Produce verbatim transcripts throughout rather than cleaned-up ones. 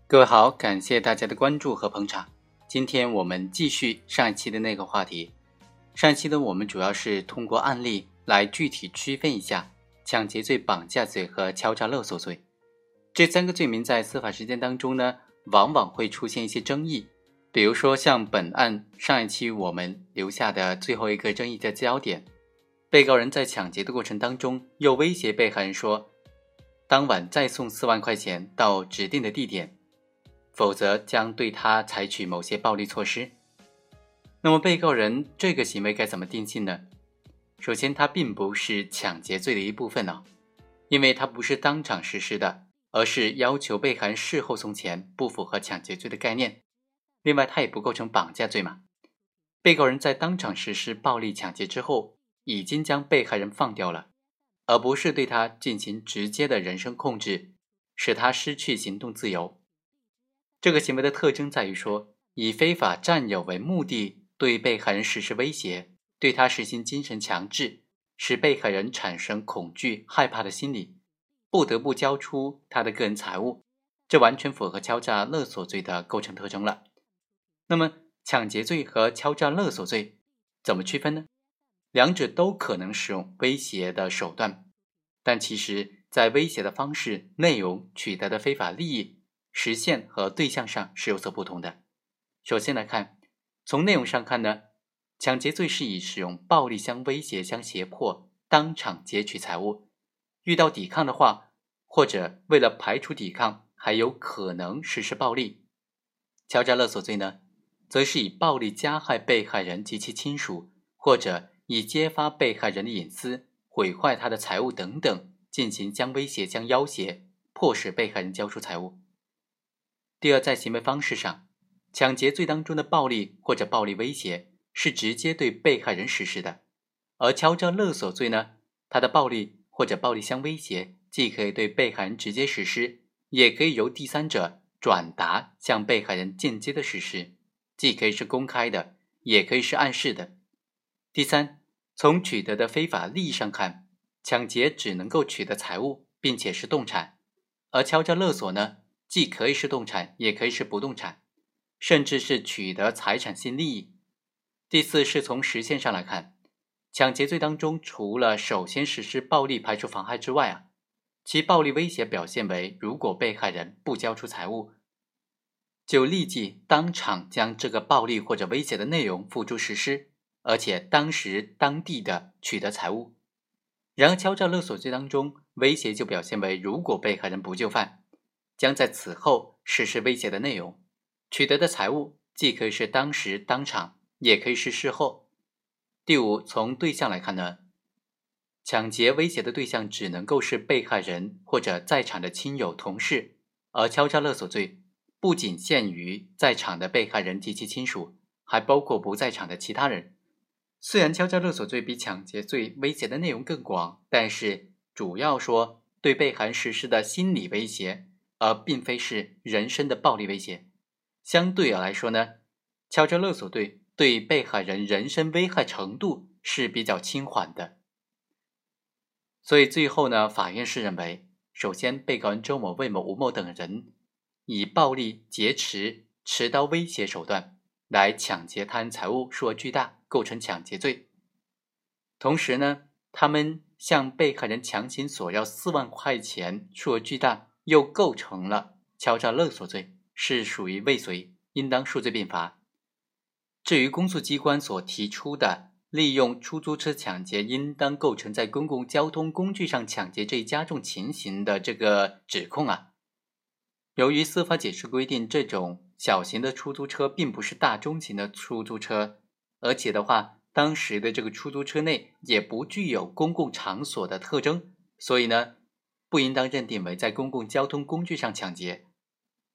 各位好，感谢大家的关注和捧场。今天我们继续上一期的那个话题。上一期呢，我们主要是通过案例来具体区分一下抢劫罪、绑架罪和敲诈勒索罪。这三个罪名在司法实践当中呢，往往会出现一些争议。比如说像本案上一期我们留下的最后一个争议的焦点，被告人在抢劫的过程当中又威胁被害人说，当晚再送四万块钱到指定的地点，否则将对他采取某些暴力措施。那么被告人这个行为该怎么定性呢？首先，它并不是抢劫罪的一部分呢、哦，因为它不是当场实施的，而是要求被害人事后送钱，不符合抢劫罪的概念。另外，它也不构成绑架罪嘛。被告人在当场实施暴力抢劫之后，已经将被害人放掉了，而不是对他进行直接的人身控制，使他失去行动自由。这个行为的特征在于说，以非法占有为目的，对被害人实施威胁，对他实行精神强制，使被害人产生恐惧、害怕的心理，不得不交出他的个人财物，这完全符合敲诈勒索罪的构成特征了。那么，抢劫罪和敲诈勒索罪怎么区分呢？两者都可能使用威胁的手段，但其实在威胁的方式、内容、取得的非法利益、实现和对象上是有所不同的。首先来看，从内容上看呢，抢劫罪是以使用暴力相威胁、相胁迫，当场劫取财物，遇到抵抗的话，或者为了排除抵抗，还有可能实施暴力。敲诈勒索罪呢，则是以暴力加害被害人及其亲属，或者以揭发被害人的隐私、毁坏他的财物等等，进行将威胁、将要挟，迫使被害人交出财物。第二，在行为方式上，抢劫罪当中的暴力或者暴力威胁是直接对被害人实施的，而敲诈勒索罪呢，它的暴力或者暴力相威胁既可以对被害人直接实施，也可以由第三者转达向被害人间接的实施，既可以是公开的，也可以是暗示的。第三，从取得的非法利益上看，抢劫只能够取得财物，并且是动产，而敲诈勒索呢，既可以是动产，也可以是不动产，甚至是取得财产性利益。第四，是从实现上来看，抢劫罪当中除了首先实施暴力排除妨害之外啊，其暴力威胁表现为，如果被害人不交出财物，就立即当场将这个暴力或者威胁的内容付诸实施，而且当时当地的取得财物。然而敲诈勒索罪当中，威胁就表现为，如果被害人不就范，将在此后实施威胁的内容，取得的财物既可以是当时当场，也可以是事后。第五，从对象来看呢，抢劫威胁的对象只能够是被害人或者在场的亲友、同事，而敲诈勒索罪不仅限于在场的被害人及其亲属，还包括不在场的其他人。虽然敲诈勒索罪比抢劫罪威胁的内容更广，但是主要说对被害人实施的心理威胁，而并非是人身的暴力威胁。相对而来说呢，敲诈勒索罪对被害人人身危害程度是比较轻缓的。所以最后呢，法院是认为，首先被告人周某、魏某、吴某等人以暴力、劫持、持刀威胁手段来抢劫他人财物，数额巨大，构成抢劫罪。同时呢，他们向被害人强行索要四万块钱，数额巨大，又构成了敲诈勒索罪，是属于未遂，应当数罪并罚。至于公诉机关所提出的利用出租车抢劫应当构成在公共交通工具上抢劫这一加重情形的这个指控啊，由于司法解释规定，这种小型的出租车并不是大中型的出租车，而且的话，当时的这个出租车内也不具有公共场所的特征，所以呢，不应当认定为在公共交通工具上抢劫。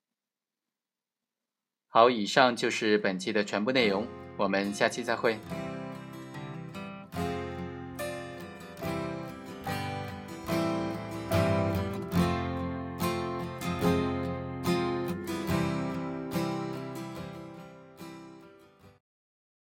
好，以上就是本期的全部内容，我们下期再会。